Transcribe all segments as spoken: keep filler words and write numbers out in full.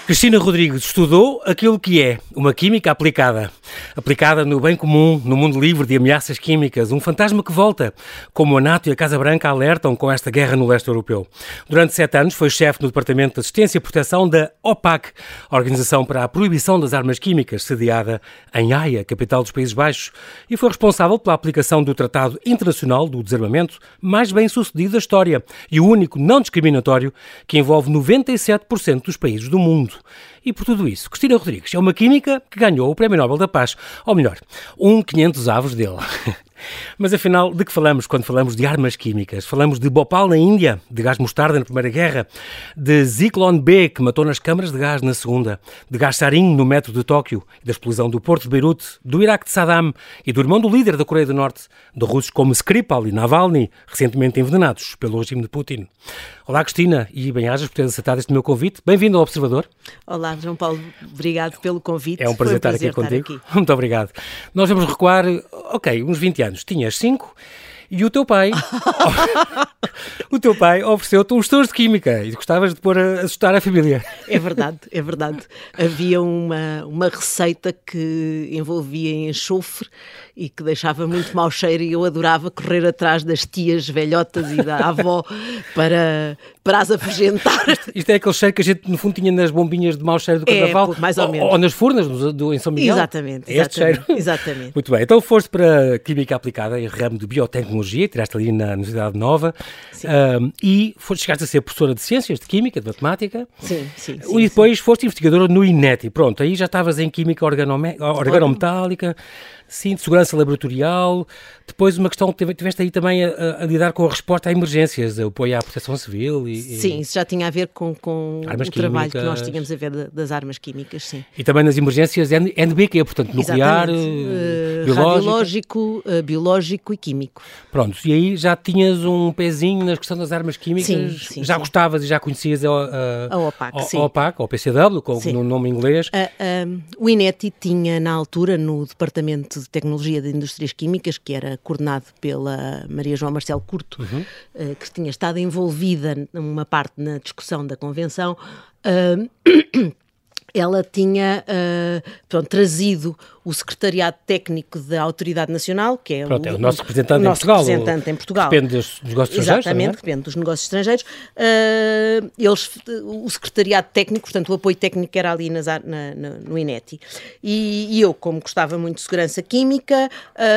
Cristina Rodrigues estudou aquilo que é uma química aplicada. Aplicada no bem comum, no mundo livre de ameaças químicas, um fantasma que volta, como a NATO e a Casa Branca alertam com esta guerra no leste europeu. Durante sete anos foi chefe no Departamento de Assistência e Proteção da OPAC, a Organização para a Proibição das Armas Químicas, sediada em Haia, capital dos Países Baixos, e foi responsável pela aplicação do Tratado Internacional do Desarmamento mais bem sucedido da história e o único não discriminatório que envolve noventa e sete por cento dos países do mundo. E por tudo isso, Cristina Rodrigues é uma química que ganhou o Prémio Nobel da Paz, ou melhor, um quinhentos avos dele. Mas afinal, de que falamos quando falamos de armas químicas? Falamos de Bhopal na Índia, de gás mostarda na Primeira Guerra, de Zyklon B, que matou nas câmaras de gás na Segunda, de gás sarin no metro de Tóquio, da explosão do Porto de Beirute, do Iraque de Saddam e do irmão do líder da Coreia do Norte, de russos como Skripal e Navalny, recentemente envenenados pelo regime de Putin. Olá, Cristina, e bem-ajas por ter aceitado este meu convite. Bem-vindo ao Observador. Olá, João Paulo, obrigado pelo convite. É um prazer, um prazer estar aqui contigo. Aqui. Muito obrigado. Nós vamos recuar, ok, uns vinte anos. Tinhas cinco e o teu pai, o teu pai ofereceu-te uns tons de química e gostavas de pôr a assustar a família. É verdade, é verdade. Havia uma, uma receita que envolvia enxofre e que deixava muito mau cheiro e eu adorava correr atrás das tias velhotas e da avó para, para as afugentar. Isto é aquele cheiro que a gente no fundo tinha nas bombinhas de mau cheiro do carnaval, é, mais ou, ou menos. Ou nas furnas do, do, em São Miguel. Exatamente, é este exatamente, cheiro. exatamente. Muito bem, então foste para a Química Aplicada, em ramo de Biotecnologia, tiraste ali na Universidade Nova um, e foste, chegaste a ser professora de Ciências, de Química, de Matemática. Sim, sim. sim e depois sim. foste investigadora no INETI. Pronto, aí já estavas em Química organome- organometálica, sim, de segurança laboratorial. Depois uma questão, tiveste aí também a, a lidar com a resposta a emergências, o apoio à proteção civil. E, sim, isso já tinha a ver com, com o químicas. Trabalho que nós tínhamos a ver de, das armas químicas, sim. E também nas emergências N B Q, portanto, nuclear, uh, biológico. Radiológico, uh, biológico e químico. Pronto, e aí já tinhas um pezinho na questão das armas químicas, sim, sim, já sim. gostavas e já conhecias a, a, a OPAC, a, sim. a OPAC, ou P C W, com o nome inglês. Uh, um, o INETI tinha na altura, no Departamento de Tecnologia de Indústrias Químicas, que era coordenado pela Maria João Marcelo Curto, uhum. uh, que tinha estado envolvida numa parte na discussão da Convenção, uh, ela tinha uh, pronto, trazido o Secretariado Técnico da Autoridade Nacional, que é, pronto, o, é o nosso representante, o em, nosso Portugal, representante o, em Portugal. Depende dos negócios estrangeiros. Exatamente, é? depende dos negócios estrangeiros. Uh, eles, o Secretariado Técnico, portanto, o apoio técnico era ali nas, na, na, no INETI. E, e eu, como gostava muito de segurança química,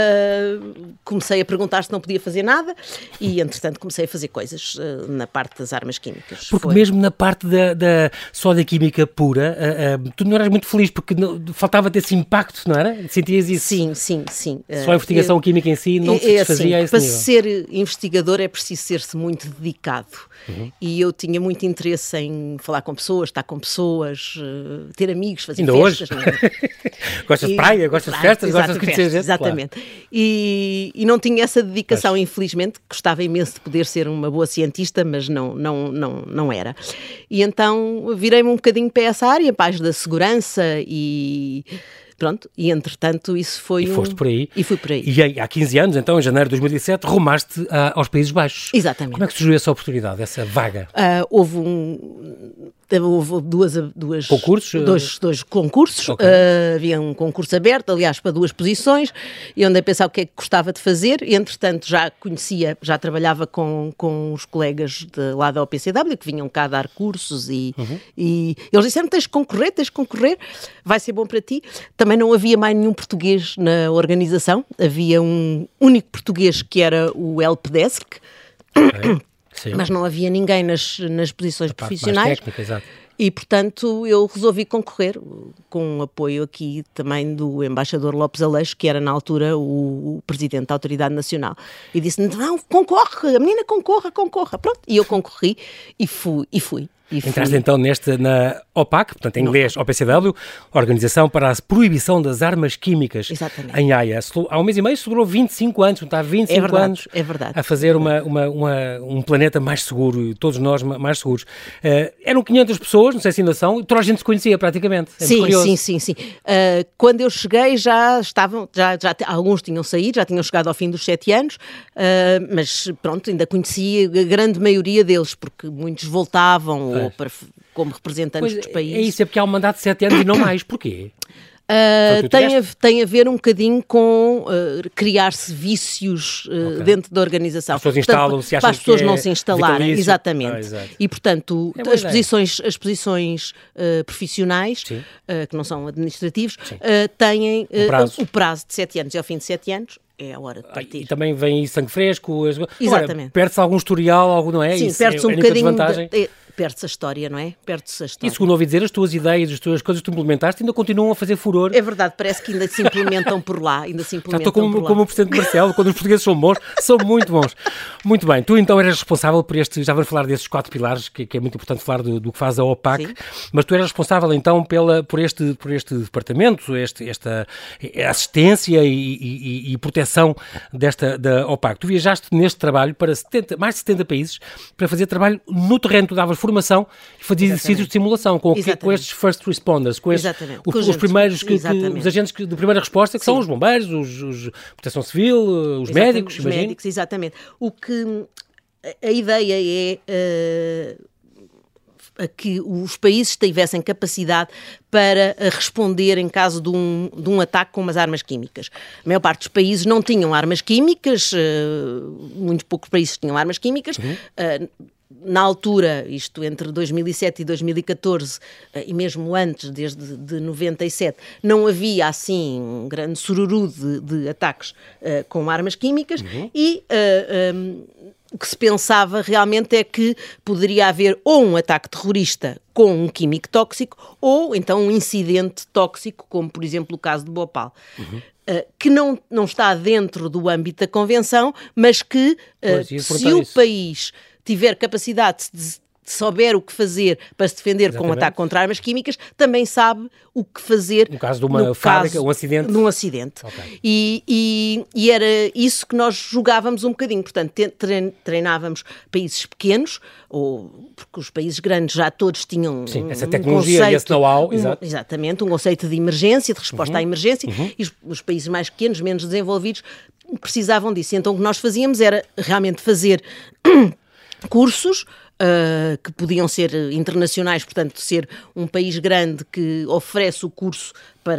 uh, comecei a perguntar se não podia fazer nada e, entretanto, comecei a fazer coisas uh, na parte das armas químicas. Porque Foi. mesmo na parte da, da, só da química pura, uh, uh, tu não eras muito feliz porque não, faltava-te esse impacto, não era? Sentias isso? Sim, sim, sim. Só a investigação eu, química em si não se é desfazia assim, a esse para nível. ser investigador é preciso ser-se muito dedicado. Uhum. E eu tinha muito interesse em falar com pessoas, estar com pessoas, uh, ter amigos, fazer Ainda festas. Hoje? É? Gostas de praia, gostas de festas, gostas de conhecer gente. Exatamente. Claro. E, e não tinha essa dedicação, mas... infelizmente. Gostava imenso de poder ser uma boa cientista, mas não, não, não, não era. E então virei-me um bocadinho para essa área, para a da segurança e... Pronto, e entretanto isso foi E um... foste por aí. E fui por aí. E aí, há quinze anos, então, em janeiro de dois mil e sete, rumaste uh, aos Países Baixos. Exatamente. Como é que surgiu essa oportunidade, essa vaga? Uh, houve um... Houve duas, duas, concursos? Dois, dois concursos, okay. uh, havia um concurso aberto, aliás, para duas posições, e andei a pensar o que é que gostava de fazer, e entretanto já conhecia, já trabalhava com, com os colegas de lá da O P C W, que vinham cá dar cursos, e, uhum. e eles disseram, tens de concorrer, tens de concorrer, vai ser bom para ti. Também não havia mais nenhum português na organização, havia um único português que era o Helpdesk, okay. Sim. Mas não havia ninguém nas, nas posições a parte profissionais. mais técnica, exato. E, portanto, eu resolvi concorrer, com o apoio aqui também do embaixador Lopes Aleixo, que era na altura o, o presidente da Autoridade Nacional. E disse, não, concorre, a menina concorra, concorra. Pronto, e eu concorri e fui. E fui. Entraste então neste, na OPAC, portanto em inglês O P C W, Organização para a Proibição das Armas Químicas. Exatamente. Em Haia. Há um mês e meio durou vinte e cinco anos, está há vinte e cinco é verdade, anos é verdade. a fazer uma, uma, uma, um planeta mais seguro, todos nós mais seguros. Uh, eram quinhentas pessoas, não sei se ainda são, toda a gente se conhecia praticamente. É sim, sim, sim, sim. Uh, quando eu cheguei já estavam, já, já alguns tinham saído, já tinham chegado ao fim dos sete anos, uh, mas pronto, ainda conhecia a grande maioria deles, porque muitos voltavam é. ou para como representantes Pois, dos países. É isso, é porque há um mandato de sete anos e não mais. Porquê? Uh, tem, a, tem a ver um bocadinho com uh, criar-se vícios uh, okay. dentro da organização. As pessoas instalam-se, para as pessoas é não se instalarem, exatamente. Ah, e, portanto, é as posições, as posições uh, profissionais, uh, que não são administrativos, uh, têm uh, o, prazo. o prazo de sete anos. E ao fim de sete anos é a hora de partir. Ah, e também vem sangue fresco. As... Exatamente. Perde-se algum historial, algo, não é? Sim, perde-se um bocadinho... De, perde-se a história, não é? Perde-se a história. E segundo ouvi dizer, as tuas ideias, as tuas coisas que tu implementaste ainda continuam a fazer furor. É verdade, parece que ainda se implementam por lá. Ainda se implementam. Já estou como, como o Presidente Marcelo, quando os portugueses são bons, são muito bons. Muito bem, tu então eras responsável por este, já vamos falar desses quatro pilares, que, que é muito importante falar do, do que faz a OPAC, sim. Mas tu eras responsável então pela, por, este, por este departamento, este, esta assistência e, e, e proteção desta, da OPAC. Tu viajaste neste trabalho para setenta, mais de setenta países para fazer trabalho no terreno, tu davas formação e fazias exercícios de simulação com, que, com estes first responders, com, estes, os, os, os primeiros, que, que, os agentes de primeira resposta, que sim. São os bombeiros, os, os proteção civil, os exatamente. médicos, os imagino. médicos, exatamente. O que a, a ideia é uh, que os países tivessem capacidade para responder em caso de um, de um ataque com umas armas químicas. A maior parte dos países não tinham armas químicas, uh, muito poucos países tinham armas químicas. Uhum. Uh, Na altura, isto entre dois mil e sete e dois mil e catorze, e mesmo antes, desde de noventa e sete, não havia assim um grande sururu de, de ataques uh, com armas químicas uhum. e uh, um, o que se pensava realmente é que poderia haver ou um ataque terrorista com um químico tóxico ou então um incidente tóxico, como por exemplo o caso de Bhopal. Uhum. Uh, que não, não está dentro do âmbito da Convenção, mas que uh, pois, se o país tiver capacidade de, de souber o que fazer para se defender exatamente. Com um ataque contra armas químicas, também sabe o que fazer no caso de uma fábrica, caso, um acidente. Num acidente. Okay. E, e, e era isso que nós jogávamos um bocadinho. Portanto, treinávamos países pequenos, ou, porque os países grandes já todos tinham sim, um, essa tecnologia um conceito, e esse know-how. Um, exato. Exatamente, um conceito de emergência, de resposta uhum. à emergência, uhum. e os, os países mais pequenos, menos desenvolvidos, precisavam disso. Então o que nós fazíamos era realmente fazer cursos uh, que podiam ser internacionais, portanto ser um país grande que oferece o curso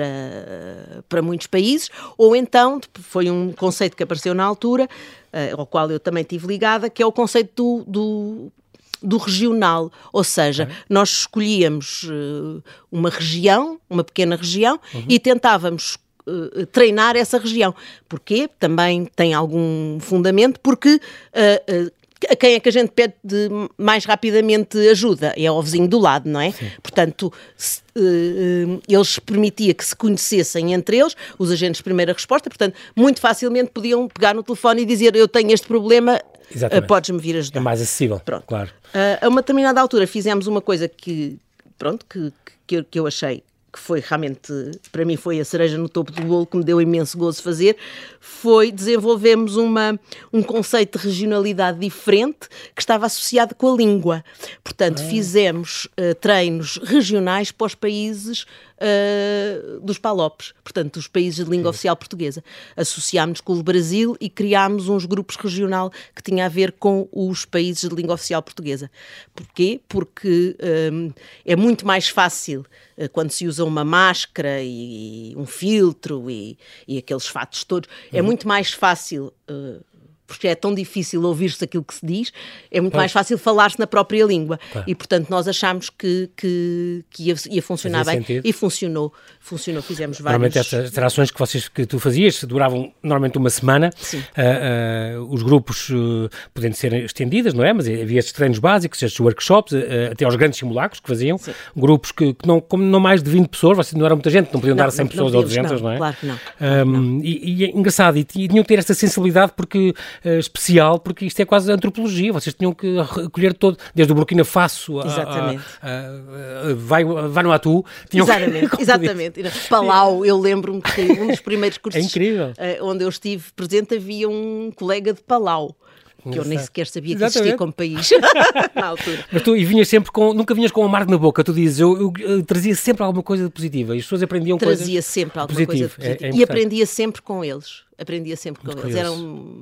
para, para muitos países, ou então, foi um conceito que apareceu na altura, uh, ao qual eu também estive ligada, que é o conceito do, do do regional, ou seja, uhum. nós escolhíamos uh, uma região, uma pequena região, uhum. e tentávamos uh, treinar essa região. Porquê? Também tem algum fundamento, porque uh, uh, a quem é que a gente pede de mais rapidamente ajuda? É ao vizinho do lado, não é? Sim. Portanto, se, uh, eles permitia que se conhecessem entre eles, os agentes de primeira resposta, portanto, muito facilmente podiam pegar no telefone e dizer eu tenho este problema, uh, podes-me vir ajudar. É mais acessível, pronto. Claro. Uh, a uma determinada altura fizemos uma coisa que, pronto, que, que, eu, que eu achei que foi realmente, para mim foi a cereja no topo do bolo, que me deu imenso gozo fazer, foi desenvolvermos uma, um conceito de regionalidade diferente que estava associado com a língua. Portanto, ah. fizemos uh, treinos regionais para os países uh, dos PALOPs, portanto, os países de língua Sim. oficial portuguesa. Associámos-nos com o Brasil e criámos uns grupos regional que tinha a ver com os países de língua oficial portuguesa. Porquê? Porque um, é muito mais fácil uh, quando se usa uma máscara e, e um filtro e, e aqueles fatos todos, uhum. é muito mais fácil, uh, porque é tão difícil ouvir-se aquilo que se diz, é muito pois. mais fácil falar-se na própria língua. Claro. E, portanto, nós achámos que, que, que ia, ia funcionar bem sentido. E funcionou. Funcionou, fizemos vários... Normalmente estas ações que, vocês, que tu fazias duravam normalmente uma semana. Sim. Uh, uh, os grupos uh, podendo ser estendidas, não é? Mas havia estes treinos básicos, estes workshops, uh, até aos grandes simulacros que faziam. Sim. Grupos que, que não, como não mais de vinte pessoas, vocês não eram muita gente, não podiam não, dar a cem não, pessoas não ou duzentas, não, não é? Claro que não. Um, não. E, e é engraçado, e tinham que ter esta sensibilidade porque, uh, especial, porque isto é quase antropologia, vocês tinham que recolher todo, desde o Burkina Faso a, exatamente. a, a, a, vai, vai no Atu. Exatamente, que, exatamente. Palau, eu lembro-me que um dos primeiros cursos é incrível. Uh, onde eu estive presente havia um colega de Palau. Que eu nem sequer sabia que existia como país na altura. Mas tu e vinhas sempre com, nunca vinhas com um amargo na boca, tu dizes, eu, eu, eu trazia sempre alguma coisa de positiva e as pessoas aprendiam trazia coisas sempre alguma positivo. coisa de positiva. É, é e aprendia sempre com eles. Aprendia sempre com Muito eles. Eram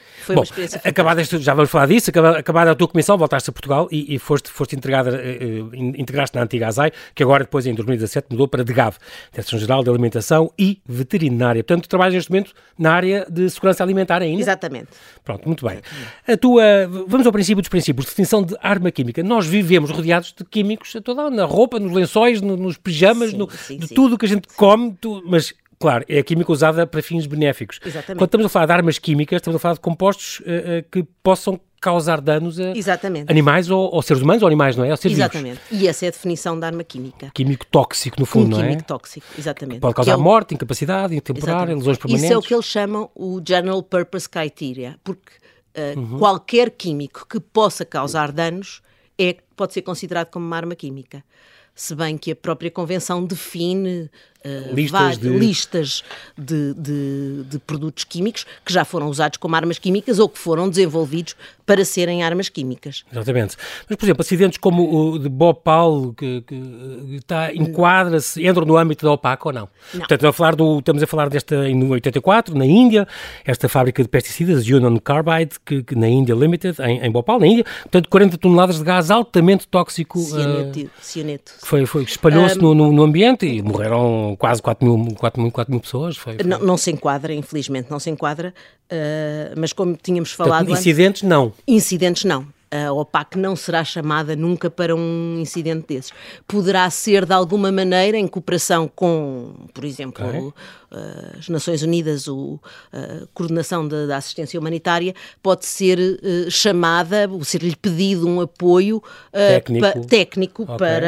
Foi Bom, uma experiência acabada este, já vamos falar disso, acabada, acabada a tua comissão, voltaste a Portugal e, e foste, foste integrada, eh, integraste na antiga A S A I, que agora depois em dois mil e dezassete mudou para D G A V, Direção-Geral de Alimentação e Veterinária. Portanto, tu trabalhas neste momento na área de segurança alimentar ainda? Exatamente. Pronto, muito bem. A tua, vamos ao princípio dos princípios, definição de arma química. Nós vivemos rodeados de químicos a toda, na roupa, nos lençóis, no, nos pijamas, sim, no, sim, de sim. tudo que a gente come, tu, mas... Claro, é a química usada para fins benéficos. Exatamente. Quando estamos a falar de armas químicas, estamos a falar de compostos uh, uh, que possam causar danos a Exatamente. animais ou, ou seres humanos ou animais, não é? Ou seres Exatamente. vivos. E essa é a definição da arma química. Químico tóxico, no fundo, um não é? químico tóxico, exatamente. Pode causar Que é o... morte, incapacidade, temporária, lesões permanentes. Isso é o que eles chamam o General Purpose Criteria, porque uh, uhum. qualquer químico que possa causar danos é, pode ser considerado como uma arma química. Se bem que a própria Convenção define uh, listas, de... listas de, de, de produtos químicos que já foram usados como armas químicas ou que foram desenvolvidos para serem armas químicas. Exatamente. Mas, por exemplo, acidentes como o de Bhopal, que, que está, enquadra-se, entram no âmbito da OPAC ou não? Não. Portanto, a falar do, estamos a falar desta em oitenta e quatro, na Índia, esta fábrica de pesticidas, Union Carbide, que, que na Índia Limited, em, em Bhopal, na Índia, portanto, quarenta toneladas de gás altamente tóxico. Cianeto. Uh, cianeto. Foi, foi, espalhou-se um, no, no, no ambiente e morreram quase quatro mil, quatro mil, quatro mil pessoas. Foi, foi. Não, não se enquadra, infelizmente, não se enquadra, uh, mas como tínhamos falado Portanto, incidentes, antes, não. Incidentes, não. A OPAC não será chamada nunca para um incidente desses. Poderá ser, de alguma maneira, em cooperação com, por exemplo, okay. o, as Nações Unidas, o, a coordenação da, da assistência humanitária, pode ser uh, chamada, ser-lhe pedido um apoio uh, técnico, pa, técnico okay. para...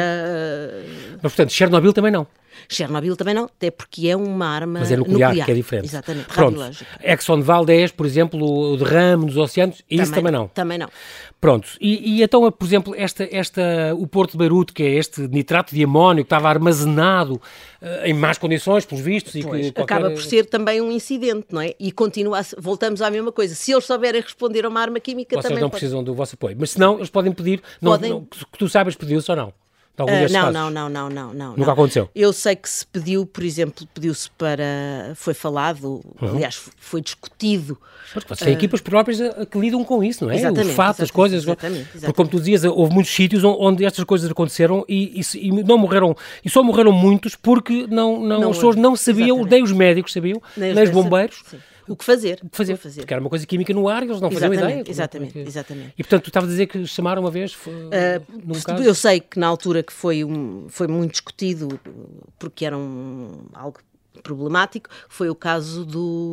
Uh, Mas, portanto, Chernobyl também não. Chernobyl também não, até porque é uma arma Mas é nuclear, nuclear. que é diferente. Exatamente, pronto. Radiológica. Exxon Valdez, por exemplo, o derrame nos oceanos, isso também não. Também não. Pronto, e, e então, por exemplo, esta, esta, o Porto de Beirute, que é este nitrato de amónio que estava armazenado uh, em más condições, pelos vistos. E pois, que qualquer... acaba por ser também um incidente, não é? E continua, a, voltamos à mesma coisa. Se eles souberem responder a uma arma química, Vocês também não pode... precisam do vosso apoio. Mas se não, eles podem pedir, podem... não, não, que tu saibas pediu-se ou não? Uh, não, não, não, não, não, não. Nunca não. aconteceu? Eu sei que se pediu, por exemplo, pediu-se para... Foi falado, uhum. aliás, foi discutido. Porque vocês têm uh, equipas próprias a, que lidam com isso, não é? Exatamente. O fato, as coisas. Exatamente, exatamente. Porque, como tu dizias, houve muitos sítios onde estas coisas aconteceram e, e, e não morreram, e só morreram muitos porque não, não, não as pessoas não sabiam, exatamente. Nem os médicos sabiam, nem os, nem os bombeiros. Sim. O que fazer. O que fazer. O que fazer. Porque era uma coisa química no ar e eles não exatamente, faziam ideia. Exatamente, porque... exatamente. E, portanto, tu estavas a dizer que chamaram uma vez? Foi, uh, num caso? Eu sei que na altura que foi, um, foi muito discutido, porque era um, algo problemático, foi o caso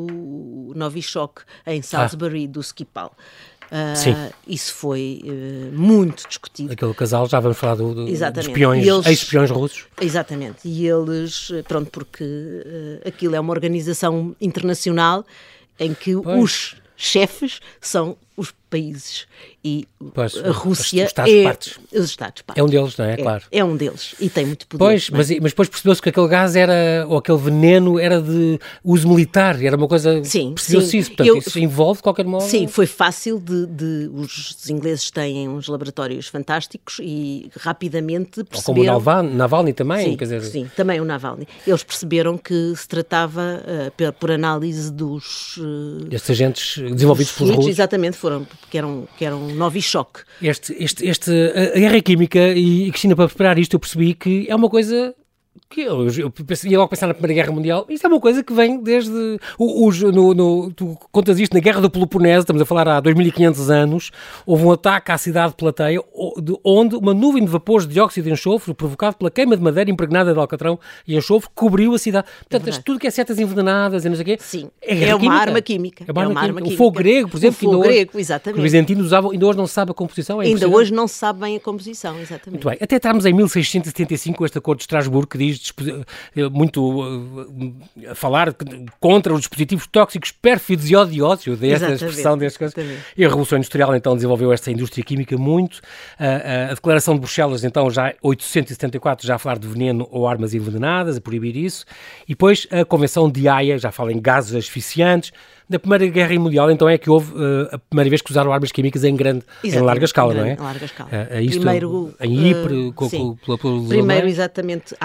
do Novichok, em Salisbury, ah. do Skripal. Uh, Sim. Isso foi uh, muito discutido. Aquele casal, já vamos falar do, do, dos espiões, eles, ex-espiões russos. Exatamente. E eles, pronto, porque uh, aquilo é uma organização internacional em que pois. Os chefes são os países e pois, a Rússia os Estados é partes. Os Estados partes. É um deles, não é? É claro. É um deles e tem muito poder. Pois, mas, mas depois percebeu-se que aquele gás era, ou aquele veneno era de uso militar, era uma coisa, sim, percebeu-se sim. isso, portanto Eu, isso envolve de qualquer modo. Sim, foi fácil de, de os, os ingleses têm uns laboratórios fantásticos e rapidamente perceberam... Ou como o Navalny também, sim, quer dizer... Sim, também o Navalny. Eles perceberam que se tratava, uh, por análise dos... Uh, Estes agentes desenvolvidos pelos russos. Exatamente, foram, que eram, que eram Novichok. Este, este, este, a guerra química, e Cristina, para preparar isto eu percebi que é uma coisa que eu, eu ia logo pensar na Primeira Guerra Mundial. Isto é uma coisa que vem desde os, no, no, tu contas isto na Guerra do Peloponeso, estamos a falar há dois mil e quinhentos anos, houve um ataque à cidade de Plateia, onde uma nuvem de vapores de dióxido de enxofre, provocado pela queima de madeira impregnada de alcatrão e enxofre, cobriu a cidade. Portanto, é tudo que é setas envenenadas e não sei o quê, sim, é, é uma química. arma química. É uma, é arma uma química. arma química. O fogo grego, por exemplo, o fogo que ainda grego, hoje, exatamente. que os bizantinos usavam, ainda hoje não se sabe a composição. É ainda hoje não se sabe bem a composição, exatamente. Muito bem. Até estamos em mil seiscentos e setenta e cinco com este acordo de Estrasburgo que diz muito a falar contra os dispositivos tóxicos pérfidos e odiosos, eu dei esta expressão destas coisas. E a Revolução Industrial então desenvolveu esta indústria química muito. A, a, a Declaração de Bruxelas então já oitocentos e setenta e quatro já a falar de veneno ou armas envenenadas, a proibir isso. E depois a Convenção de Haia já fala em gases asfixiantes. Na Primeira Guerra Mundial, então, é que houve uh, a primeira vez que usaram armas químicas em grande, exatamente, em larga escala, em grande, não é? Em larga escala. Uh, isto, Primeiro, em Ypres, uh, com, sim. Com, com, com, Primeiro, exatamente, há, há um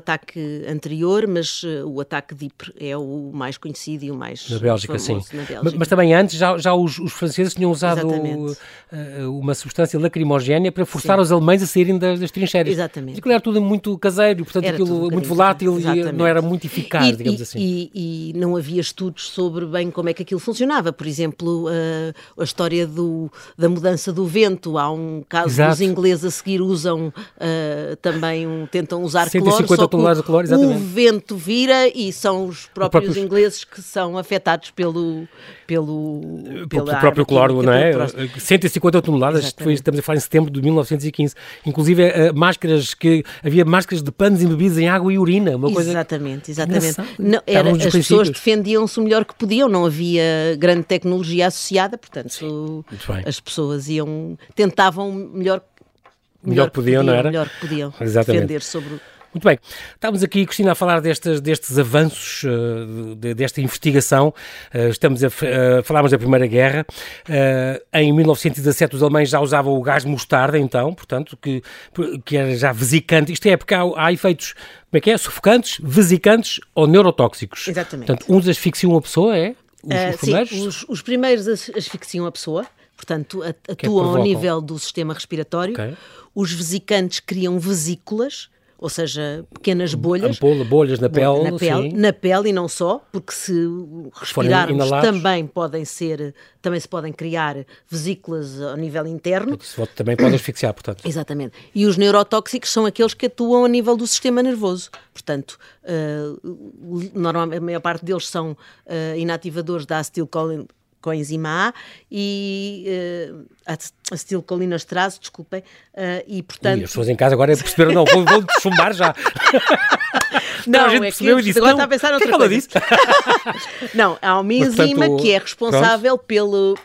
ataque anterior, mas uh, o ataque de Ypres é o mais conhecido e o mais na Bélgica, famoso sim. na Bélgica. Mas, mas também antes já, já os, os franceses tinham usado uh, uma substância lacrimogénea para forçar sim. os alemães a saírem das, das trincheiras. Exatamente. Aquilo era tudo muito caseiro, portanto era aquilo muito volátil e não era muito eficaz, e, digamos e, assim. E, e não havia estudos sobre bem como é que aquilo funcionava. Por exemplo, uh, a história do, da mudança do vento. Há um caso Exato. dos ingleses a seguir usam uh, também, um, tentam usar cento e cinquenta cloro, só toneladas de cloro, que exatamente. o vento vira e são os próprios, próprios... ingleses que são afetados pelo... pelo, pelo próprio cloro, não é? cento e cinquenta toneladas, foi, estamos a falar em setembro de mil novecentos e quinze. Inclusive, uh, máscaras que... Havia máscaras de panos embebidos em água e urina, uma coisa... Exatamente, exatamente. Não, era, as pessoas defendiam-se o melhor que podiam, não havia grande tecnologia associada, portanto, sim, as pessoas iam... Tentavam melhor... Melhor que podiam, não era? Melhor que podiam exatamente. Defender sobre... Muito bem. Estávamos aqui, Cristina, a falar destes, destes avanços, uh, de, desta investigação. Uh, estamos a, uh, falámos da Primeira Guerra. Uh, em mil novecentos e dezassete os alemães já usavam o gás mostarda, então, portanto, que, que era já vesicante. Isto é porque há, há efeitos, como é que é? Sufocantes, vesicantes ou neurotóxicos. Exatamente. Portanto, uns asfixiam a pessoa, é? Os, uh, os primeiros? Sim, os, os primeiros asfixiam a pessoa. Portanto, atuam ao nível do sistema respiratório. Okay. Os vesicantes criam vesículas, ou seja, pequenas bolhas. Ampola, bolhas na pele, na pele, sim. na pele e não só, porque se respirarmos também podem ser, também se podem criar vesículas ao nível interno. Isso também pode asfixiar, portanto. Exatamente. E os neurotóxicos são aqueles que atuam a nível do sistema nervoso. Portanto, uh, normalmente a maior parte deles são uh, inativadores da acetilcolina, coenzima A e uh, acetilcolinesterase, desculpem, uh, e portanto... Ui, as pessoas em casa agora perceberam, não, vou, vou chumbar já. Não, a gente é percebeu que e disse, agora não, está a pensar noutra que coisa. Disse? Não, há uma Mas, enzima portanto, que é responsável pronto. pelo...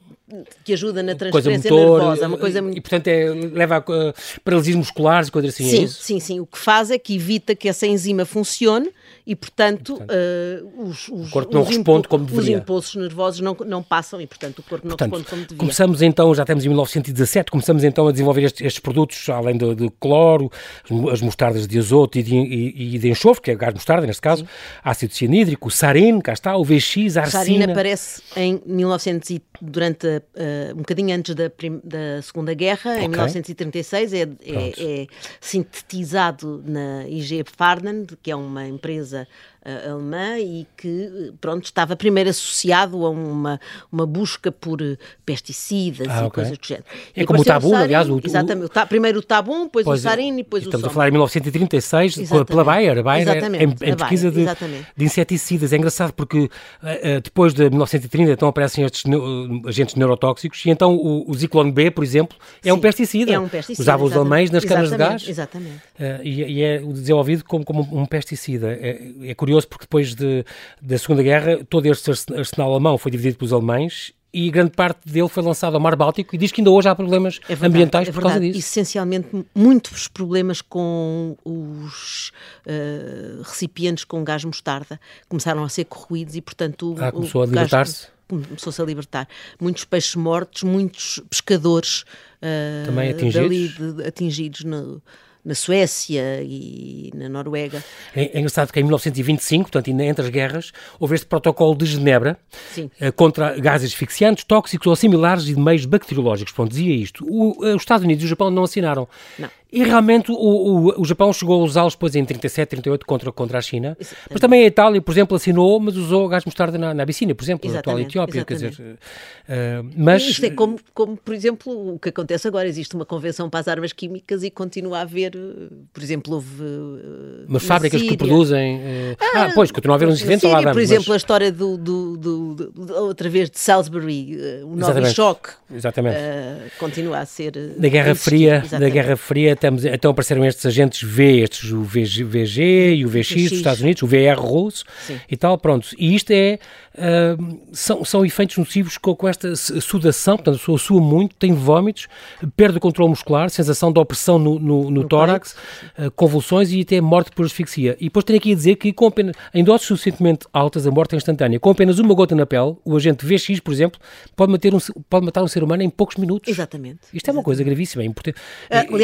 que ajuda na transferência motor, nervosa. Uma coisa muito... E, portanto, é, leva a uh, paralisias musculares e coisas assim, sim, é isso? Sim, sim. O que faz é que evita que essa enzima funcione e, portanto, portanto uh, os, os, o corpo não os responde como os deveria. Os impulsos nervosos não, não passam e, portanto, o corpo não portanto, responde como devia. Começamos então, já estamos em mil novecentos e dezassete, começamos então a desenvolver estes, estes produtos, além de, de cloro, as mostardas de azoto e de, e, e de enxofre, que é gás mostarda, neste caso, sim. Ácido cianídrico, o sarin, cá está, o V X, a arsina. O sarin aparece em mil e novecentos e durante uh, um bocadinho antes da, prim, da Segunda Guerra, okay. Em mil novecentos e trinta e seis, é, é, é sintetizado na I G Farben, que é uma empresa uh, alemã e que, pronto, estava primeiro associado a uma, uma busca por pesticidas ah, e okay. coisas do género. É e como o tabum, aliás. O, exatamente. O, primeiro o tabum, depois o sarin e depois o Estamos soma. a falar em mil novecentos e trinta e seis, exatamente. Pela Bayer. A Bayer exatamente. É, em, em pesquisa de, de inseticidas. É engraçado porque uh, depois de mil novecentos e trinta então aparecem estes uh, agentes neurotóxicos e então o, o Zyklon B, por exemplo, é Sim, um pesticida. É um pesticida. Usavam os alemães nas câmaras de gás. Exatamente. Uh, e, e é desenvolvido como, como um pesticida. É, é curioso porque depois de, da Segunda Guerra todo este arsenal alemão foi dividido pelos alemães e grande parte dele foi lançado ao Mar Báltico e diz que ainda hoje há problemas é verdade, ambientais é por causa disso. Essencialmente, muitos problemas com os uh, recipientes com gás mostarda começaram a ser corroídos e, portanto... Ah, o, começou o a libertar-se? Começou-se a libertar. Muitos peixes mortos, muitos pescadores uh, também atingidos, dali de, atingidos no... na Suécia e na Noruega. É, é engraçado que em mil novecentos e vinte e cinco, portanto, ainda entre as guerras, houve este protocolo de Genebra uh, contra gases asfixiantes, tóxicos ou similares e de meios bacteriológicos. Pronto, dizia isto. O, uh, os Estados Unidos e o Japão não assinaram. Não. E realmente o, o, o Japão chegou a usá-los depois em trinta e sete, trinta e oito contra, contra a China. Isso, mas também a Itália, por exemplo, assinou, mas usou gás mostarda na, na Abissínia, por exemplo, na atual Etiópia. Quer dizer, uh, mas... Isto é como, como, por exemplo, o que acontece agora. Existe uma convenção para as armas químicas e continua a haver, por exemplo, houve... Uh, mas fábricas Síria. que produzem... Uh, ah, ah, pois, continua a haver uns eventos lá dentro. Por exemplo, mas... a história do, do, do, do, do, outra vez de Salisbury, uh, o Novichok, Exatamente. Uh, continua a ser... Uh, na Guerra Fria, na Guerra Fria, estamos, então apareceram estes agentes V, estes o V G e o V X, V X dos Estados Unidos, o V R russo e tal, pronto. E isto é, uh, são, são efeitos nocivos com, com esta sudação, portanto a pessoa sua muito, tem vómitos, perde o controle muscular, sensação de opressão no, no, no, no tórax, uh, convulsões e até morte por asfixia. E depois tenho aqui a dizer que com apenas, em doses suficientemente altas, a morte é instantânea. Com apenas uma gota na pele, o agente V X, por exemplo, pode matar um, pode matar um ser humano em poucos minutos. Exatamente. Isto é uma Exatamente. coisa gravíssima, é importante. Uh, aliás, um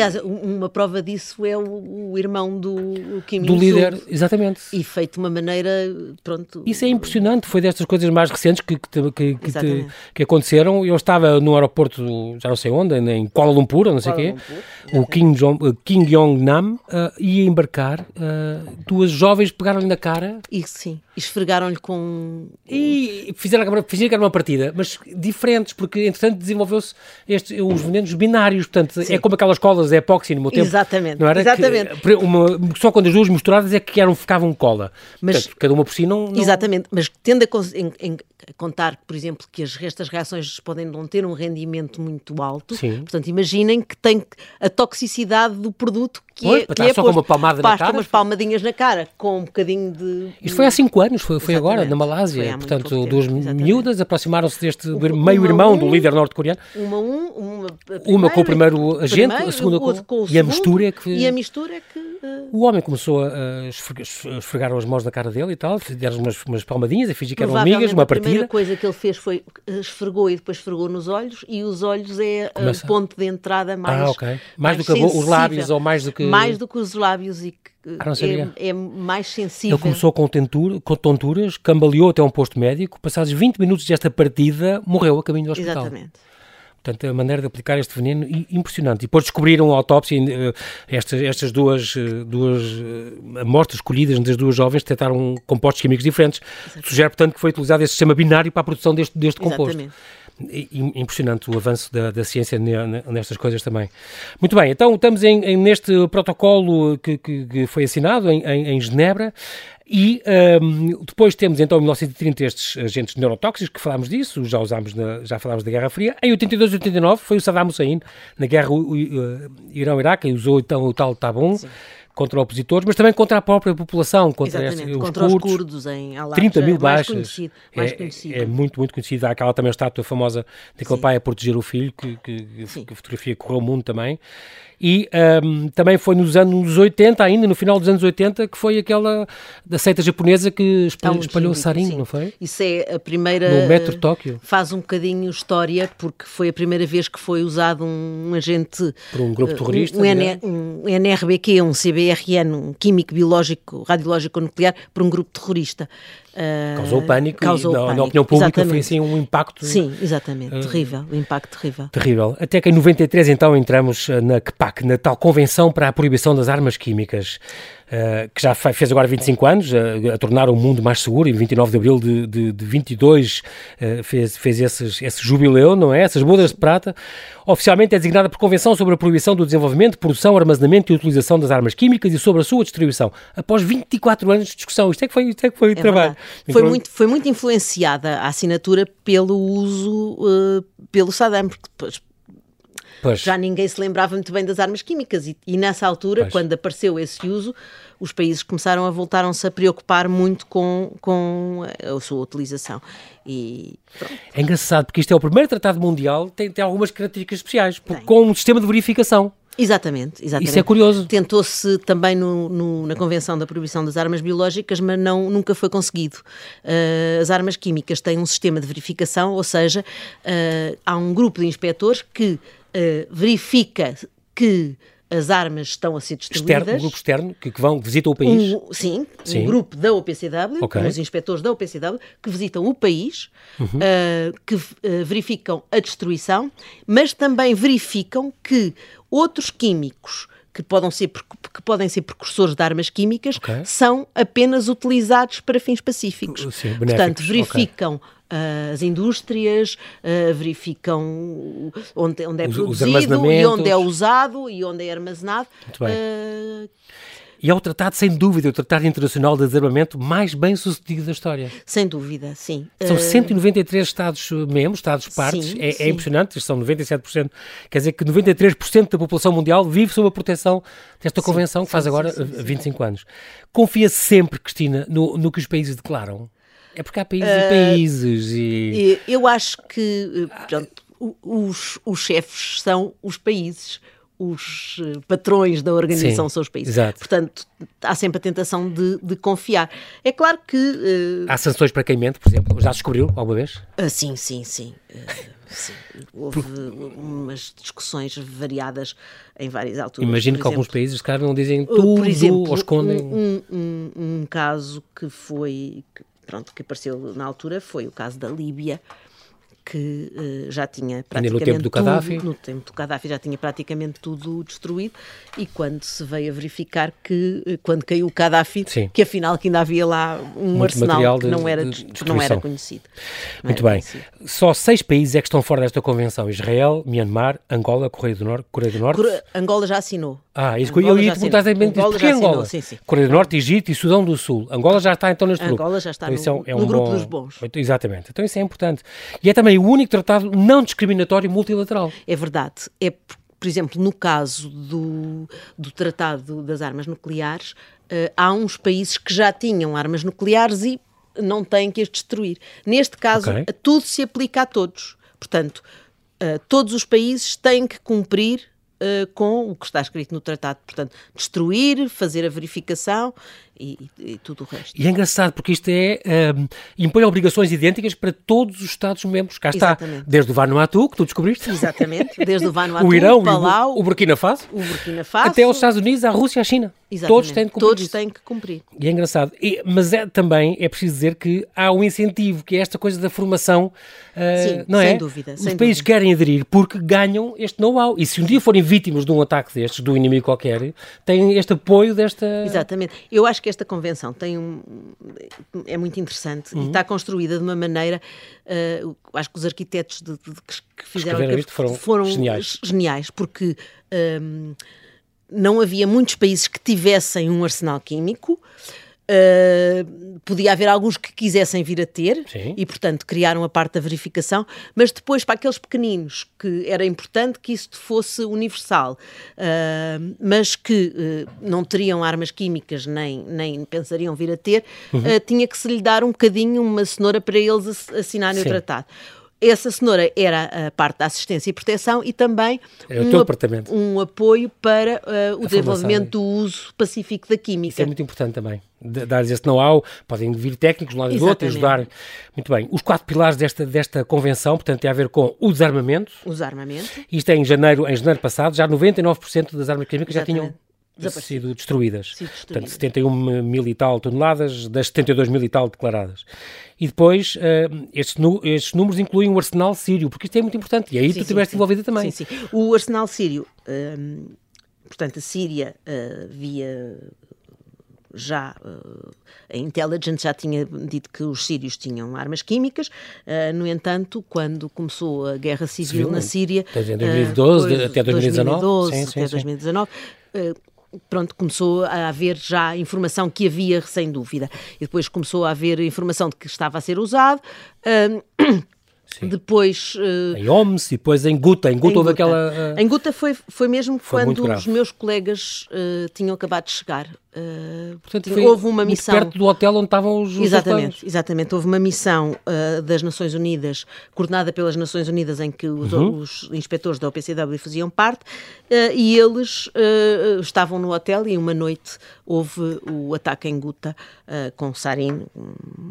uma prova disso é o, o irmão do Kim Do Il-sung. líder, exatamente. E feito de uma maneira, pronto... Isso é impressionante, foi destas coisas mais recentes que, que, que, que, te, Exatamente. que aconteceram. Eu estava no aeroporto, já não sei onde, em Kuala Lumpur, ou não sei o quê, Lumpur, o Kim, Jong, Kim Jong-nam uh, ia embarcar, uh, duas jovens pegaram-lhe na cara E sim, esfregaram-lhe com... e fizeram, fizeram que era uma partida, mas diferentes, porque entretanto desenvolveu-se estes, os venenos binários, portanto Sim. é como aquelas colas de epóxi no meu tempo. Exatamente, Não era? exatamente. Que, uma, só quando as duas misturadas é que eram, ficavam cola. Mas, portanto, cada uma por si não... não... Exatamente, mas tendo a, cons- em, em, a contar, por exemplo, que as, estas reações podem não ter um rendimento muito alto, Sim. portanto imaginem que tem a toxicidade do produto que Pois, é, para que estar é só com posto. uma palmada na Basta cara. umas palmadinhas na cara, com um bocadinho de... Isto foi há cinco anos, foi, foi agora, Exatamente. na Foi Malásia. há muito Portanto, pouco duas tempo, exatamente. miúdas aproximaram-se deste Uma meio-irmão um, do líder norte-coreano. Uma a um, uma, a Uma com o primeiro o agente, primeiro, a segunda o com- outro com o e a segundo, mistura é que- E a mistura é que... uh, O homem começou a a esfregar, esfregaram as mãos na cara dele e tal, deram umas, umas palmadinhas a fingir que eram amigas, uma a primeira partida. coisa que ele fez foi uh, esfregou e depois esfregou nos olhos, e os olhos é Começa- o ponto de entrada mais Ah, ok. Mais do que a bo- os sensível. lábios ou mais do que- Mais do que os lábios e que Ah, não sabia. é, é mais sensível. Ele começou com, tentura, com tonturas, cambaleou até um posto médico, passados vinte minutos desta partida, morreu a caminho do hospital. Exatamente. Portanto, a maneira de aplicar este veneno, i- impressionante. E depois descobriram a autópsia, eh, estas, estas duas, eh, duas eh, amostras escolhidas das duas jovens detectaram compostos químicos diferentes. Sugere, portanto, que foi utilizado este sistema binário para a produção deste, deste composto. Exatamente. I- Impressionante o avanço da, da ciência ne- ne- nestas coisas também. Muito bem, então estamos em, em- neste protocolo que, que- que foi assinado em, em- em Genebra. E ahm, depois temos então em mil novecentos e trinta estes agentes neurotóxicos, que falámos disso, já usámos, na, já falámos da Guerra Fria. Em oitenta e dois e oitenta e nove foi o Saddam Hussein, na guerra uh, uh, Irão-Iraque, e usou então o tal Tabun contra opositores, mas também contra a própria população, contra Exatamente. esse- os Contra os curdos. curdos em Alá. trinta mil mais baixas. Conhecido, mais é, conhecido. é muito, muito conhecido. Há aquela também estátua famosa daquele Sim. pai a proteger o filho, que, que, Sim. que a fotografia correu o mundo também. E ahm, também foi nos anos oitenta, ainda no final dos anos oitenta, que foi aquela da seita japonesa que espalhou, Então, espalhou o sim, sarin, sim. não foi? Isso é a primeira... No metro de Tóquio. Faz um bocadinho história, porque foi a primeira vez que foi usado um, um agente... Por um grupo uh, terrorista, Um, N- digamos. um N R B Q, um C B R N, um químico, biológico, radiológico nuclear, por um grupo terrorista. Uh, Causou pânico, causou e na, pânico. na opinião pública Exatamente. foi assim um impacto Sim, exatamente, Uh, terrível, um impacto terrível. terrível. Até que em noventa e três então entramos uh, na C P A C, na tal Convenção para a Proibição das Armas Químicas, uh, que já fe- fez agora vinte e cinco anos, uh, a tornar o mundo mais seguro. Em vinte e nove de abril de, de, de vinte e dois uh, fez, fez esses, esse jubileu, não é? Essas bodas de prata. Oficialmente é designada por Convenção sobre a Proibição do Desenvolvimento, Produção, Armazenamento e Utilização das Armas Químicas e sobre a sua distribuição. Após vinte e quatro anos de discussão. Isto é que foi, isto é que foi É trabalho. verdade. Foi muito, foi muito influenciada a assinatura pelo uso uh, pelo Saddam, porque depois Pois. já ninguém se lembrava muito bem das armas químicas e, e nessa altura, Pois. quando apareceu esse uso, os países começaram a voltaram-se a preocupar muito com, com a sua utilização. E pronto. É engraçado, porque isto é o primeiro tratado mundial, tem, tem algumas características especiais, porque Tem. com um sistema de verificação. Exatamente, exatamente. Isso é curioso. Tentou-se também no, no- na Convenção da Proibição das Armas Biológicas, mas não, nunca foi conseguido. Uh, as armas químicas têm um sistema de verificação, ou seja, uh, há um grupo de inspectores que uh, verifica que as armas estão a ser distribuídas. Externo, um grupo externo, que, que vão, visitam o país. Um, sim, Sim. um grupo da O P C W, Ok. os inspectores da O P C W, que visitam o país, Uhum. uh, que uh, verificam a destruição, mas também verificam que outros químicos que, podem ser, que podem ser precursores de armas químicas Ok. são apenas utilizados para fins pacíficos. Sim, benéficos, Portanto, ok. verificam uh, as indústrias, uh, verificam onde, onde é Os- os produzido e armazenamentos. onde é usado e onde é armazenado. Muito bem. Uh, E é o tratado, sem dúvida, o Tratado Internacional de Desarmamento mais bem sucedido da história. sem dúvida, sim. São Uh, cento e noventa e três Estados-membros, Estados-partes, Sim, é, é sim. impressionante, são noventa e sete por cento. Quer dizer que noventa e três por cento da população mundial vive sob a proteção desta convenção, que faz sim, agora sim, sim, sim. vinte e cinco anos. Confia sempre, Cristina, no, no que os países declaram? É porque há países Uh, e países e... Eu acho que, eh, pronto, o- os, os chefes são os países. os patrões da organização Sim, são os países. Exato. Portanto, há sempre a tentação de, de confiar. É claro que... Uh... Há sanções para quem mente, por exemplo? Já descobriu alguma vez? Uh, sim, sim, sim. Uh, sim. Houve umas discussões variadas em várias alturas. Imagino por que exemplo, alguns países, claro, não dizem tudo, por exemplo, ou escondem... Um, um, um caso que foi... Que, pronto, que apareceu na altura foi o caso da Líbia, que uh, já tinha praticamente no tempo do Gaddafi. tudo, no tempo do Gaddafi já tinha praticamente tudo destruído, e quando se veio a verificar que, uh, quando caiu o Gaddafi, Sim. que afinal que ainda havia lá um Muito arsenal que de, não era, de que não era conhecido. Não Muito era bem. conhecido. Só seis países é que estão fora desta convenção. Israel, Myanmar, Angola, Coreia do Norte, Coreia do Norte. Core... Angola já assinou. Ah, isso que eu ia te perguntar exatamente isso. Porquê Angola? Sim, sim. Coreia do Norte, Egito e Sudão do Sul. Angola já está então neste grupo. Angola já está então, no, é um no grupo bom... dos bons. Exatamente. Então isso é importante. E é também o único tratado não discriminatório multilateral. É verdade. É, por exemplo, no caso do, do Tratado das Armas Nucleares, uh, há uns países que já tinham armas nucleares e não têm que as destruir. Neste caso, Okay. tudo se aplica a todos. Portanto, uh, todos os países têm que cumprir Uh, com o que está escrito no tratado, portanto, destruir, fazer a verificação e, e, e tudo o resto. E é engraçado porque isto é, um, impõe obrigações idênticas para todos os Estados-membros. Cá está, Exatamente. desde o Vanuatu, que tu descobriste. Exatamente, desde o Vanuatu, o Irão, o Palau, o Burkina Faso, o Burkina Faso, até aos Estados Unidos, a Rússia e a China. Exatamente. Todos têm de cumprir Todos isso. têm que cumprir. E é engraçado. E, mas é, também é preciso dizer que há um incentivo, que é esta coisa da formação, uh, Sim, não sem é? dúvida. Os sem países dúvida. querem aderir porque ganham este know-how. E se um dia forem vítimas de um ataque destes, de um inimigo qualquer, têm este apoio desta... Exatamente. Eu acho que esta convenção tem um... é muito interessante Uhum. e está construída de uma maneira... Uh, acho que os arquitetos de, de, que fizeram Escreveram que isto foram foram geniais. geniais, porque um, não havia muitos países que tivessem um arsenal químico. Uh, podia haver alguns que quisessem vir a ter. Sim. E, portanto, criaram a parte da verificação, mas depois, para aqueles pequeninos, que era importante que isso fosse universal, uh, mas que uh, não teriam armas químicas nem, nem pensariam vir a ter, uhum. uh, tinha que se lhe dar um bocadinho, uma cenoura para eles assinarem Sim. o tratado. Essa cenoura era a parte da assistência e proteção e também Era o um, teu ap- departamento. um apoio para uh, o A desenvolvimento formação. do uso pacífico da química. Isso é muito importante também. Dar-lhes esse know-how, podem vir técnicos de um lado e do outro e ajudar. Muito bem. Os quatro pilares desta, desta convenção, portanto, tem a ver com o desarmamento. O desarmamento. Isto é em janeiro, em janeiro passado, já noventa e nove por cento das armas químicas já Exatamente. tinham sido destruídas. Sido destruídas. Portanto, setenta e um mil e tal toneladas das setenta e dois mil e tal declaradas. E depois, uh, estes, nu- estes números incluem o arsenal sírio, porque isto é muito importante. E aí Sim, tu sim, estiveste sim. envolvida também. Sim, sim. O arsenal sírio, hum, portanto, a Síria uh, via já, uh, a intelligence já tinha dito que os sírios tinham armas químicas, uh, no entanto, quando começou a guerra civil, Civil, na Síria... desde dois mil e doze uh, depois, até dois mil e dezanove. dois mil e doze, Sim, sim, até sim. dois mil e dezanove, uh, pronto, começou a haver já informação que havia, sem dúvida. E depois começou a haver informação de que estava a ser usado. Uh, Sim. depois... Uh, Em Homs e depois em Guta. Em Guta em houve Guta. aquela... uh, Em Guta foi, foi mesmo Foi muito quando grave. os meus colegas uh, tinham acabado de chegar. Uh, Portanto, tinha- foi houve uma muito missão... perto do hotel onde estavam os, os Exatamente, planos. exatamente. Houve uma missão uh, das Nações Unidas, coordenada pelas Nações Unidas, em que os, Uhum. os inspectores da O P C W faziam parte, uh, e eles uh, estavam no hotel e uma noite houve o ataque em Guta uh, com sarin, um,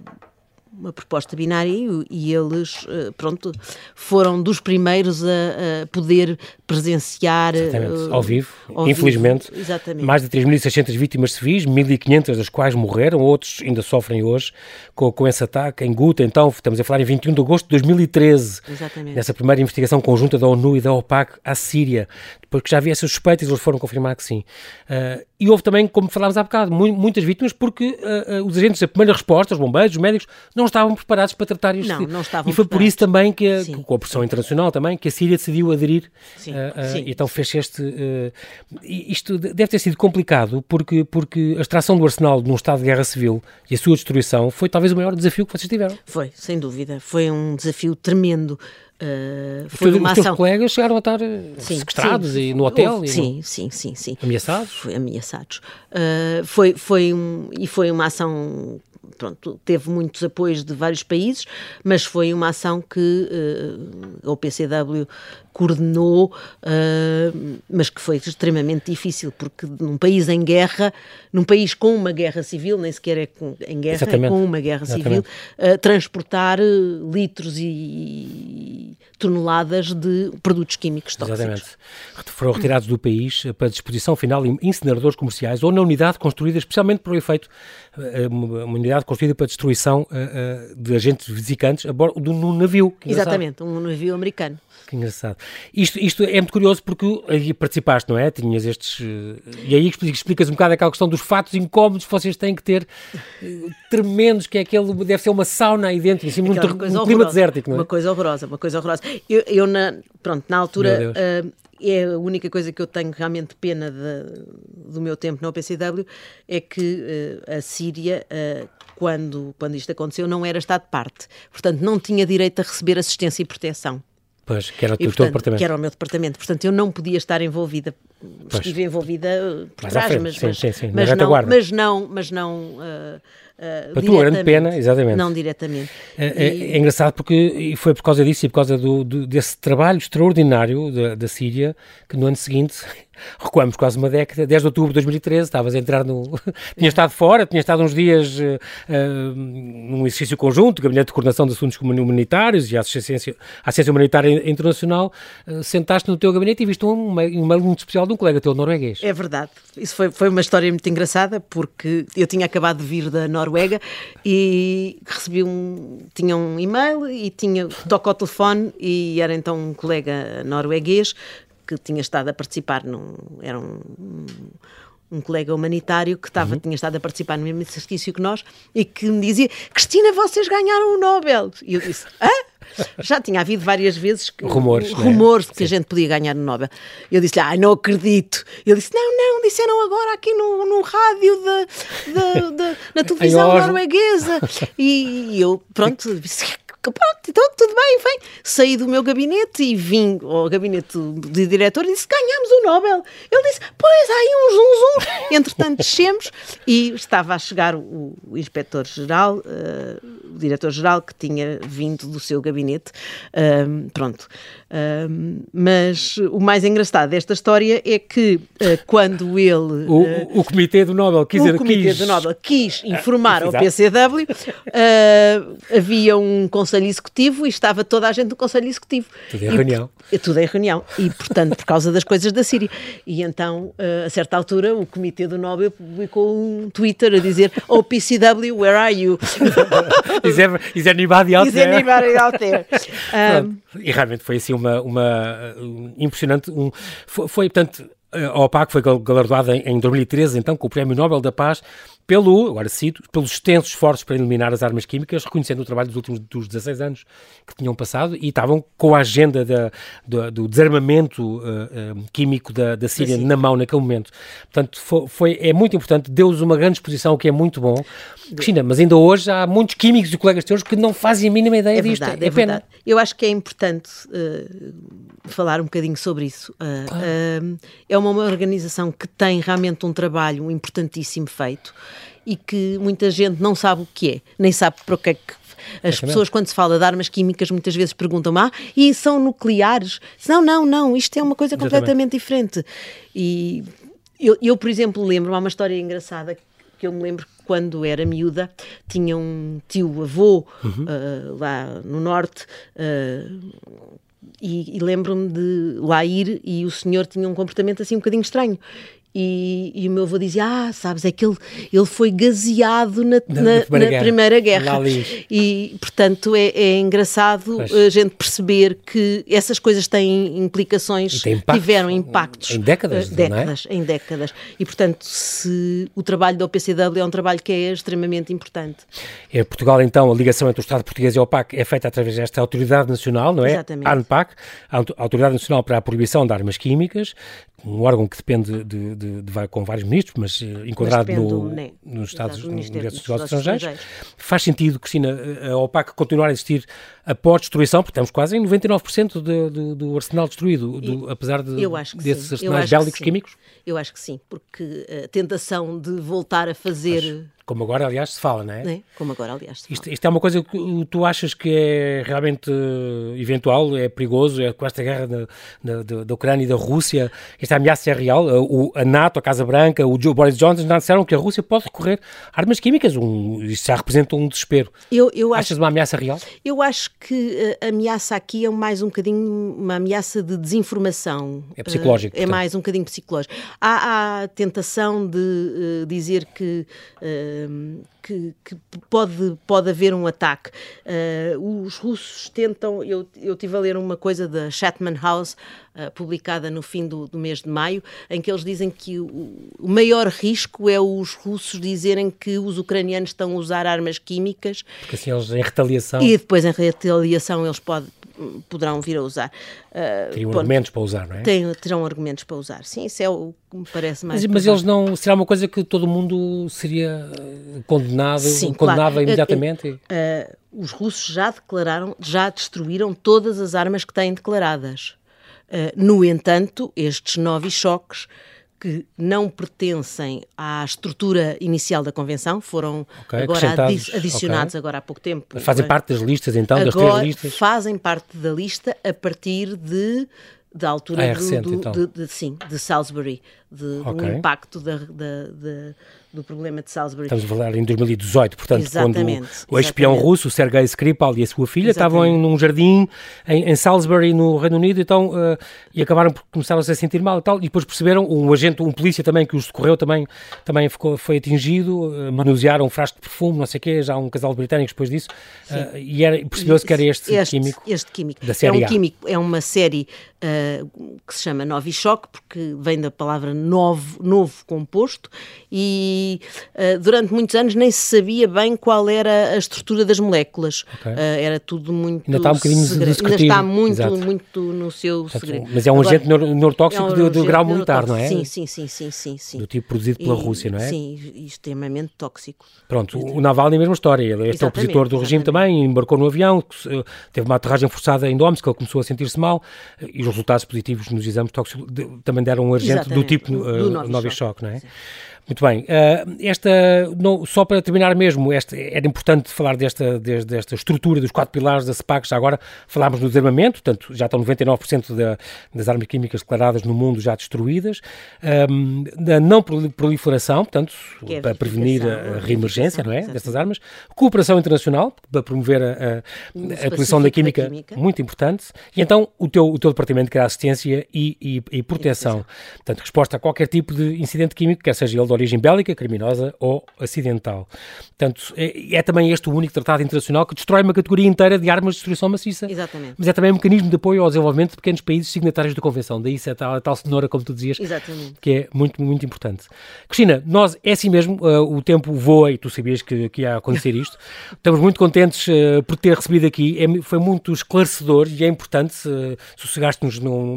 uma proposta binária, e, e eles, uh, pronto, foram dos primeiros a, a poder presenciar... Exatamente, uh, ao vivo, ao infelizmente. vivo. Exatamente. Mais de três mil e seiscentas vítimas civis, mil e quinhentas das quais morreram, outros ainda sofrem hoje com, com esse ataque em Guta. Então, estamos a falar em vinte e um de agosto de dois mil e treze, Exatamente. dessa primeira investigação conjunta da ONU e da OPAC à Síria, depois que já havia essas suspeitas, eles foram confirmar que sim. Uh, e houve também, como falámos há bocado, mu- muitas vítimas porque uh, uh, os agentes da primeira resposta, os bombeiros, os médicos, não estavam preparados para tratar isto. Não, não estavam E foi por preparados. isso também que, a, Sim. com a pressão internacional também, que a Síria decidiu aderir. Sim, uh, uh, sim. E então fez este... Uh, isto deve ter sido complicado porque, porque a extração do arsenal num estado de guerra civil e a sua destruição foi talvez o maior desafio que vocês tiveram. Foi, sem dúvida. Foi um desafio tremendo. Uh, Os foi teus- uma os teus ação... colegas chegaram a estar uh, Sim, sequestrados sim. e no hotel? Houve- e sim, no- sim, sim, sim. Ameaçados? Foi ameaçados. Uh, foi, foi um, e foi uma ação pronto, teve muitos apoios de vários países, mas foi uma ação que uh, a O P C W coordenou, uh, mas que foi extremamente difícil, porque num país em guerra, num país com uma guerra civil, nem sequer é com, em guerra, Exatamente. é com uma guerra civil, uh, transportar uh, litros e toneladas de produtos químicos tóxicos. Exatamente. Foram retirados do país para disposição final em incineradores comerciais ou na unidade construída especialmente para o efeito, uma unidade construída para destruição uh, uh, de agentes visitantes a bordo de um navio. Exatamente, um navio americano. Que engraçado. Isto, isto é muito curioso porque aí participaste, não é? Tinhas estes... Uh, e aí explicas um bocado aquela questão dos fatos incómodos que vocês têm que ter, uh, tremendos, que é aquele... Deve ser uma sauna aí dentro, assim, um, um clima desértico, não é? Uma coisa horrorosa, uma coisa horrorosa. Eu, eu na, pronto, na altura... É a única coisa que eu tenho realmente pena de, do meu tempo na O P C W é que uh, a Síria, uh, quando, quando isto aconteceu, não era Estado de parte. Portanto, não tinha direito a receber assistência e proteção. Pois, que era o e, teu portanto, departamento. Que era o meu departamento. Portanto, eu não podia estar envolvida. Pois. Estive envolvida por mais trás, mas, mas, sim, sim, sim. mas, não, mas não, mas não, uh, uh, para a tua grande pena, exatamente. Não diretamente. É, é, e... é engraçado porque foi por causa disso e por causa do, do, desse trabalho extraordinário da, da Síria que no ano seguinte, recuamos quase uma década, dez de outubro de dois mil e treze, estavas a entrar no... tinha estado fora, tinha estado uns dias uh, uh, num exercício conjunto, Gabinete de Coordenação de Assuntos Humanitários e Assistência, Assistência Humanitária Internacional, uh, sentaste no teu gabinete e viste um e-mail muito especial de um colega teu norueguês. É verdade. Isso foi, foi uma história muito engraçada porque eu tinha acabado de vir da Noruega e recebi um... tinha um e-mail e tinha... toco ao telefone e era então um colega norueguês que tinha estado a participar num... era um... um colega humanitário que estava, uhum. tinha estado a participar no mesmo exercício que nós e que me dizia: Cristina, vocês ganharam o Nobel. E eu disse: hã? Já tinha havido várias vezes que, rumores, rumores né? de que Sim. a gente podia ganhar o Nobel. Eu disse-lhe: ah, não acredito. Ele disse: não, não, disseram agora aqui no, no rádio de, de, de, na televisão norueguesa. E, e eu, pronto, disse: pronto, então tudo bem, vem. Saí do meu gabinete e vim ao gabinete de diretor e disse: ganhamos o Nobel. Ele disse: pois, há aí um zum zum. Entretanto descemos e estava a chegar o, o inspetor-geral, uh, o diretor-geral que tinha vindo do seu gabinete, uh, pronto. Uh, mas o mais engraçado desta história é que uh, quando ele... O, uh, o Comitê do Nobel quis... O Comitê quis... do Nobel quis informar ah, ao P C W, uh, havia um conselho executivo e estava toda a gente no conselho executivo. Tudo em e, reunião. E, tudo em reunião. E, portanto, por causa das coisas da Síria. E então, uh, a certa altura, o Comitê do Nobel publicou um Twitter a dizer: O P C W, where are you? Is, ever, is anybody out is there? Is anybody out there? Um, e realmente foi assim uma, uma um, impressionante, um, foi, foi, portanto, a OPAC foi galardoada em, em dois mil e treze, então, com o Prémio Nobel da Paz, pelo, agora cito, pelos extensos esforços para eliminar as armas químicas, reconhecendo o trabalho dos últimos dos dezasseis anos que tinham passado e estavam com a agenda da, do, do desarmamento uh, uh, químico da, da Síria na mão naquele momento. Portanto, foi, foi, é muito importante, deu-nos uma grande exposição, o que é muito bom. Cristina, mas ainda hoje há muitos químicos e colegas teus que não fazem a mínima ideia é disto. Verdade, é, é pena. Verdade. Eu acho que é importante uh, falar um bocadinho sobre isso. Uh, claro. uh, é uma, uma organização que tem realmente um trabalho importantíssimo feito e que muita gente não sabe o que é, nem sabe para o que é que... As pessoas, quando se fala de armas químicas, muitas vezes perguntam: ah, e são nucleares? Não, não, não, isto é uma coisa completamente Exatamente. diferente. E eu, eu, por exemplo, lembro, há uma história engraçada que eu me lembro que quando era miúda, tinha um tio-avô uhum. uh, lá no norte, uh, e, e lembro-me de lá ir e o senhor tinha um comportamento assim um bocadinho estranho. E, e o meu avô dizia: ah, sabes, é que ele, ele foi gaseado na, na, na, primeira, na guerra. primeira Guerra. E, portanto, é, é engraçado pois. a gente perceber que essas coisas têm implicações, tem impacto, tiveram impactos. Em décadas, uh, décadas, não é? Em décadas. E, portanto, se o trabalho da O P C W é um trabalho que é extremamente importante. Em Portugal, então, a ligação entre o Estado português e a OPAC é feita através desta Autoridade Nacional, não é? Exatamente. A ANPAC, a Autoridade Nacional para a Proibição de Armas Químicas, um órgão que depende de, de, de, de com vários ministros, mas uh, enquadrado mas no, né? nos Estados Exato, no Ministério dos Negócios Estrangeiros. Estrangeiros. Faz sentido, Cristina, a OPAC continuar a existir após destruição, porque estamos quase em noventa e nove por cento de, de, do arsenal destruído, do, apesar de, desses sim. arsenais bélicos químicos? Eu acho que sim, porque a tentação de voltar a fazer... Mas, Como agora, aliás, se fala, não é? É, como agora, aliás, se fala. Isto, isto é uma coisa que tu achas que é realmente uh, eventual, é perigoso, é com esta guerra da, da, da, da Ucrânia e da Rússia, esta ameaça é real? O, a NATO, a Casa Branca, o Joe Boris Johnson já disseram que a Rússia pode recorrer a armas químicas, um, isto já representa um desespero. Eu, eu Achas acho, uma ameaça real? Eu acho que a ameaça aqui é mais um bocadinho uma ameaça de desinformação. É psicológico. Uh, é mais um bocadinho psicológico. Há, há a tentação de uh, dizer que, uh, que, que pode, pode haver um ataque. Uh, os russos tentam... Eu, eu estive a ler uma coisa da Chatham House, uh, publicada no fim do, do mês de maio, em que eles dizem que o, o maior risco é os russos dizerem que os ucranianos estão a usar armas químicas. Porque assim eles, em retaliação... E depois, em retaliação, eles pode, poderão vir a usar. Uh, Teriam pronto, argumentos para usar, não é? Tem, terão argumentos para usar. Sim, isso é o que me parece mais... Mas, mas eles não... Será uma coisa que todo mundo seria condenado, Sim, condenava claro. imediatamente? Uh, uh, os russos já declararam, já destruíram todas as armas que têm declaradas. Uh, no entanto, estes Novichoks, que não pertencem à estrutura inicial da Convenção, foram okay, agora adi adicionados okay. agora há pouco tempo. Fazem parte das listas, então, agora, das três listas? Fazem parte da lista a partir de... da altura ah, é do, recente, do, então. de, de, sim, de Salisbury, de, okay. do impacto da, da, da, do problema de Salisbury. Estamos a falar em dois mil e dezoito, portanto, exatamente, quando o, o ex-espião russo, o Sergei Skripal e a sua filha exatamente. estavam em num jardim em, em Salisbury, no Reino Unido, então, uh, e acabaram por começaram-se a sentir mal e tal, e depois perceberam, um agente, um polícia também que os socorreu também, também ficou, foi atingido, uh, manusearam um frasco de perfume, não sei o quê, já um casal de britânicos depois disso, uh, e era, percebeu-se que era este, este químico este químico. da série é um A. químico, é uma série uh, que se chama Novichok, porque vem da palavra novo, novo composto, e uh, durante muitos anos nem se sabia bem qual era a estrutura das moléculas. Okay. Uh, era tudo muito Ainda está um bocadinho segredo. Ainda está muito, muito no seu Portanto, segredo. Mas é um Agora, agente neurotóxico é um do, do grau militar, não é? Sim, sim, sim, sim, sim, sim. Do tipo produzido pela e, Rússia, não é? Sim, e extremamente tóxico. Pronto, o, o Navalny é a mesma história. Ele é opositor do regime também, embarcou no avião, teve uma aterragem forçada em Domsk, ele começou a sentir-se mal, e os resultados positivos nos exames tóxicos também deram um agente exatamente. do tipo do, do uh, Novichok, não é? Sim. Muito bem, uh, esta, não, só para terminar mesmo, esta, era importante falar desta, desta, desta estrutura dos quatro pilares da CEPAC, já agora falámos no desarmamento, portanto já estão noventa e nove por cento da, das armas químicas declaradas no mundo já destruídas, um, da não proliferação, portanto, é para prevenir a, a reemergência, não é, destas armas, cooperação internacional, para promover a, a, a utilização da química, da química, muito importante, e então o teu, o teu departamento que é a assistência e, e, e proteção, portanto, resposta a qualquer tipo de incidente químico, quer seja ele de origem bélica, criminosa ou acidental. Portanto, é, é também este o único tratado internacional que destrói uma categoria inteira de armas de destruição maciça. Exatamente. Mas é também um mecanismo de apoio ao desenvolvimento de pequenos países signatários da Convenção. Daí isso é a tal, a tal cenoura, como tu dizias, exatamente. Que é muito, muito importante. Cristina, nós, é assim mesmo, uh, o tempo voa e tu sabias que, que ia acontecer isto. Estamos muito contentes uh, por ter recebido aqui. É, foi muito esclarecedor e é importante uh, sossegaste-nos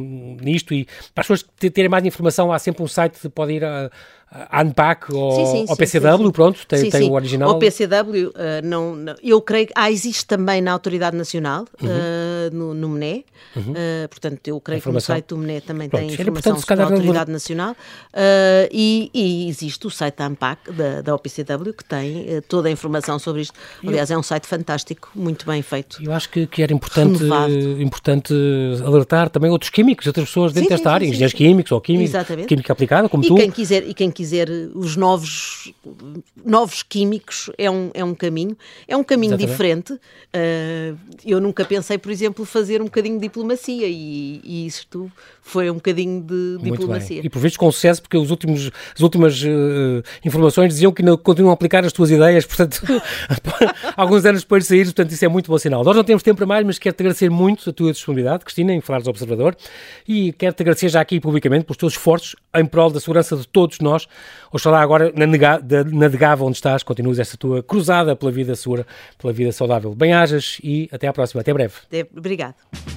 nisto e para as pessoas terem mais informação, há sempre um site que pode ir a a ANPAC ou sim, sim, ao P C W, sim, sim. pronto, tem, sim, tem sim. o original. O P C W, uh, não, não, eu creio que ah, existe também na Autoridade Nacional, uhum. uh, no, no M N E, uhum. uh, portanto eu creio informação. que no site do M N E também pronto, tem informação sobre a Autoridade Nacional, uh, e, e existe o site da ANPAC, da, da O P C W, que tem uh, toda a informação sobre isto. Aliás, eu, é um site fantástico, muito bem feito. Eu acho que, que era importante, importante alertar também outros químicos, outras pessoas dentro sim, desta sim, área, sim, engenheiros sim. químicos ou químicos, química aplicada, como e tu. Quem quiser, e quem quiser os novos, novos químicos é um, é um caminho, é um caminho Exatamente. diferente. Uh, eu nunca pensei, por exemplo, fazer um bocadinho de diplomacia e, e isto foi um bocadinho de Muito diplomacia. Bem. E por vezes com sucesso, porque os últimos, as últimas uh, informações diziam que não, continuam a aplicar as tuas ideias, portanto, alguns anos depois de sair, portanto, isso é muito bom sinal. Nós não temos tempo para mais, mas quero-te agradecer muito a tua disponibilidade, Cristina, em falares do Observador, e quero-te agradecer já aqui publicamente pelos teus esforços em prol da segurança de todos nós. Oxalá agora na, nega, na Degava onde estás, continuas essa tua cruzada pela vida segura, pela vida saudável. Bem-ajas e até à próxima, até breve. Obrigado.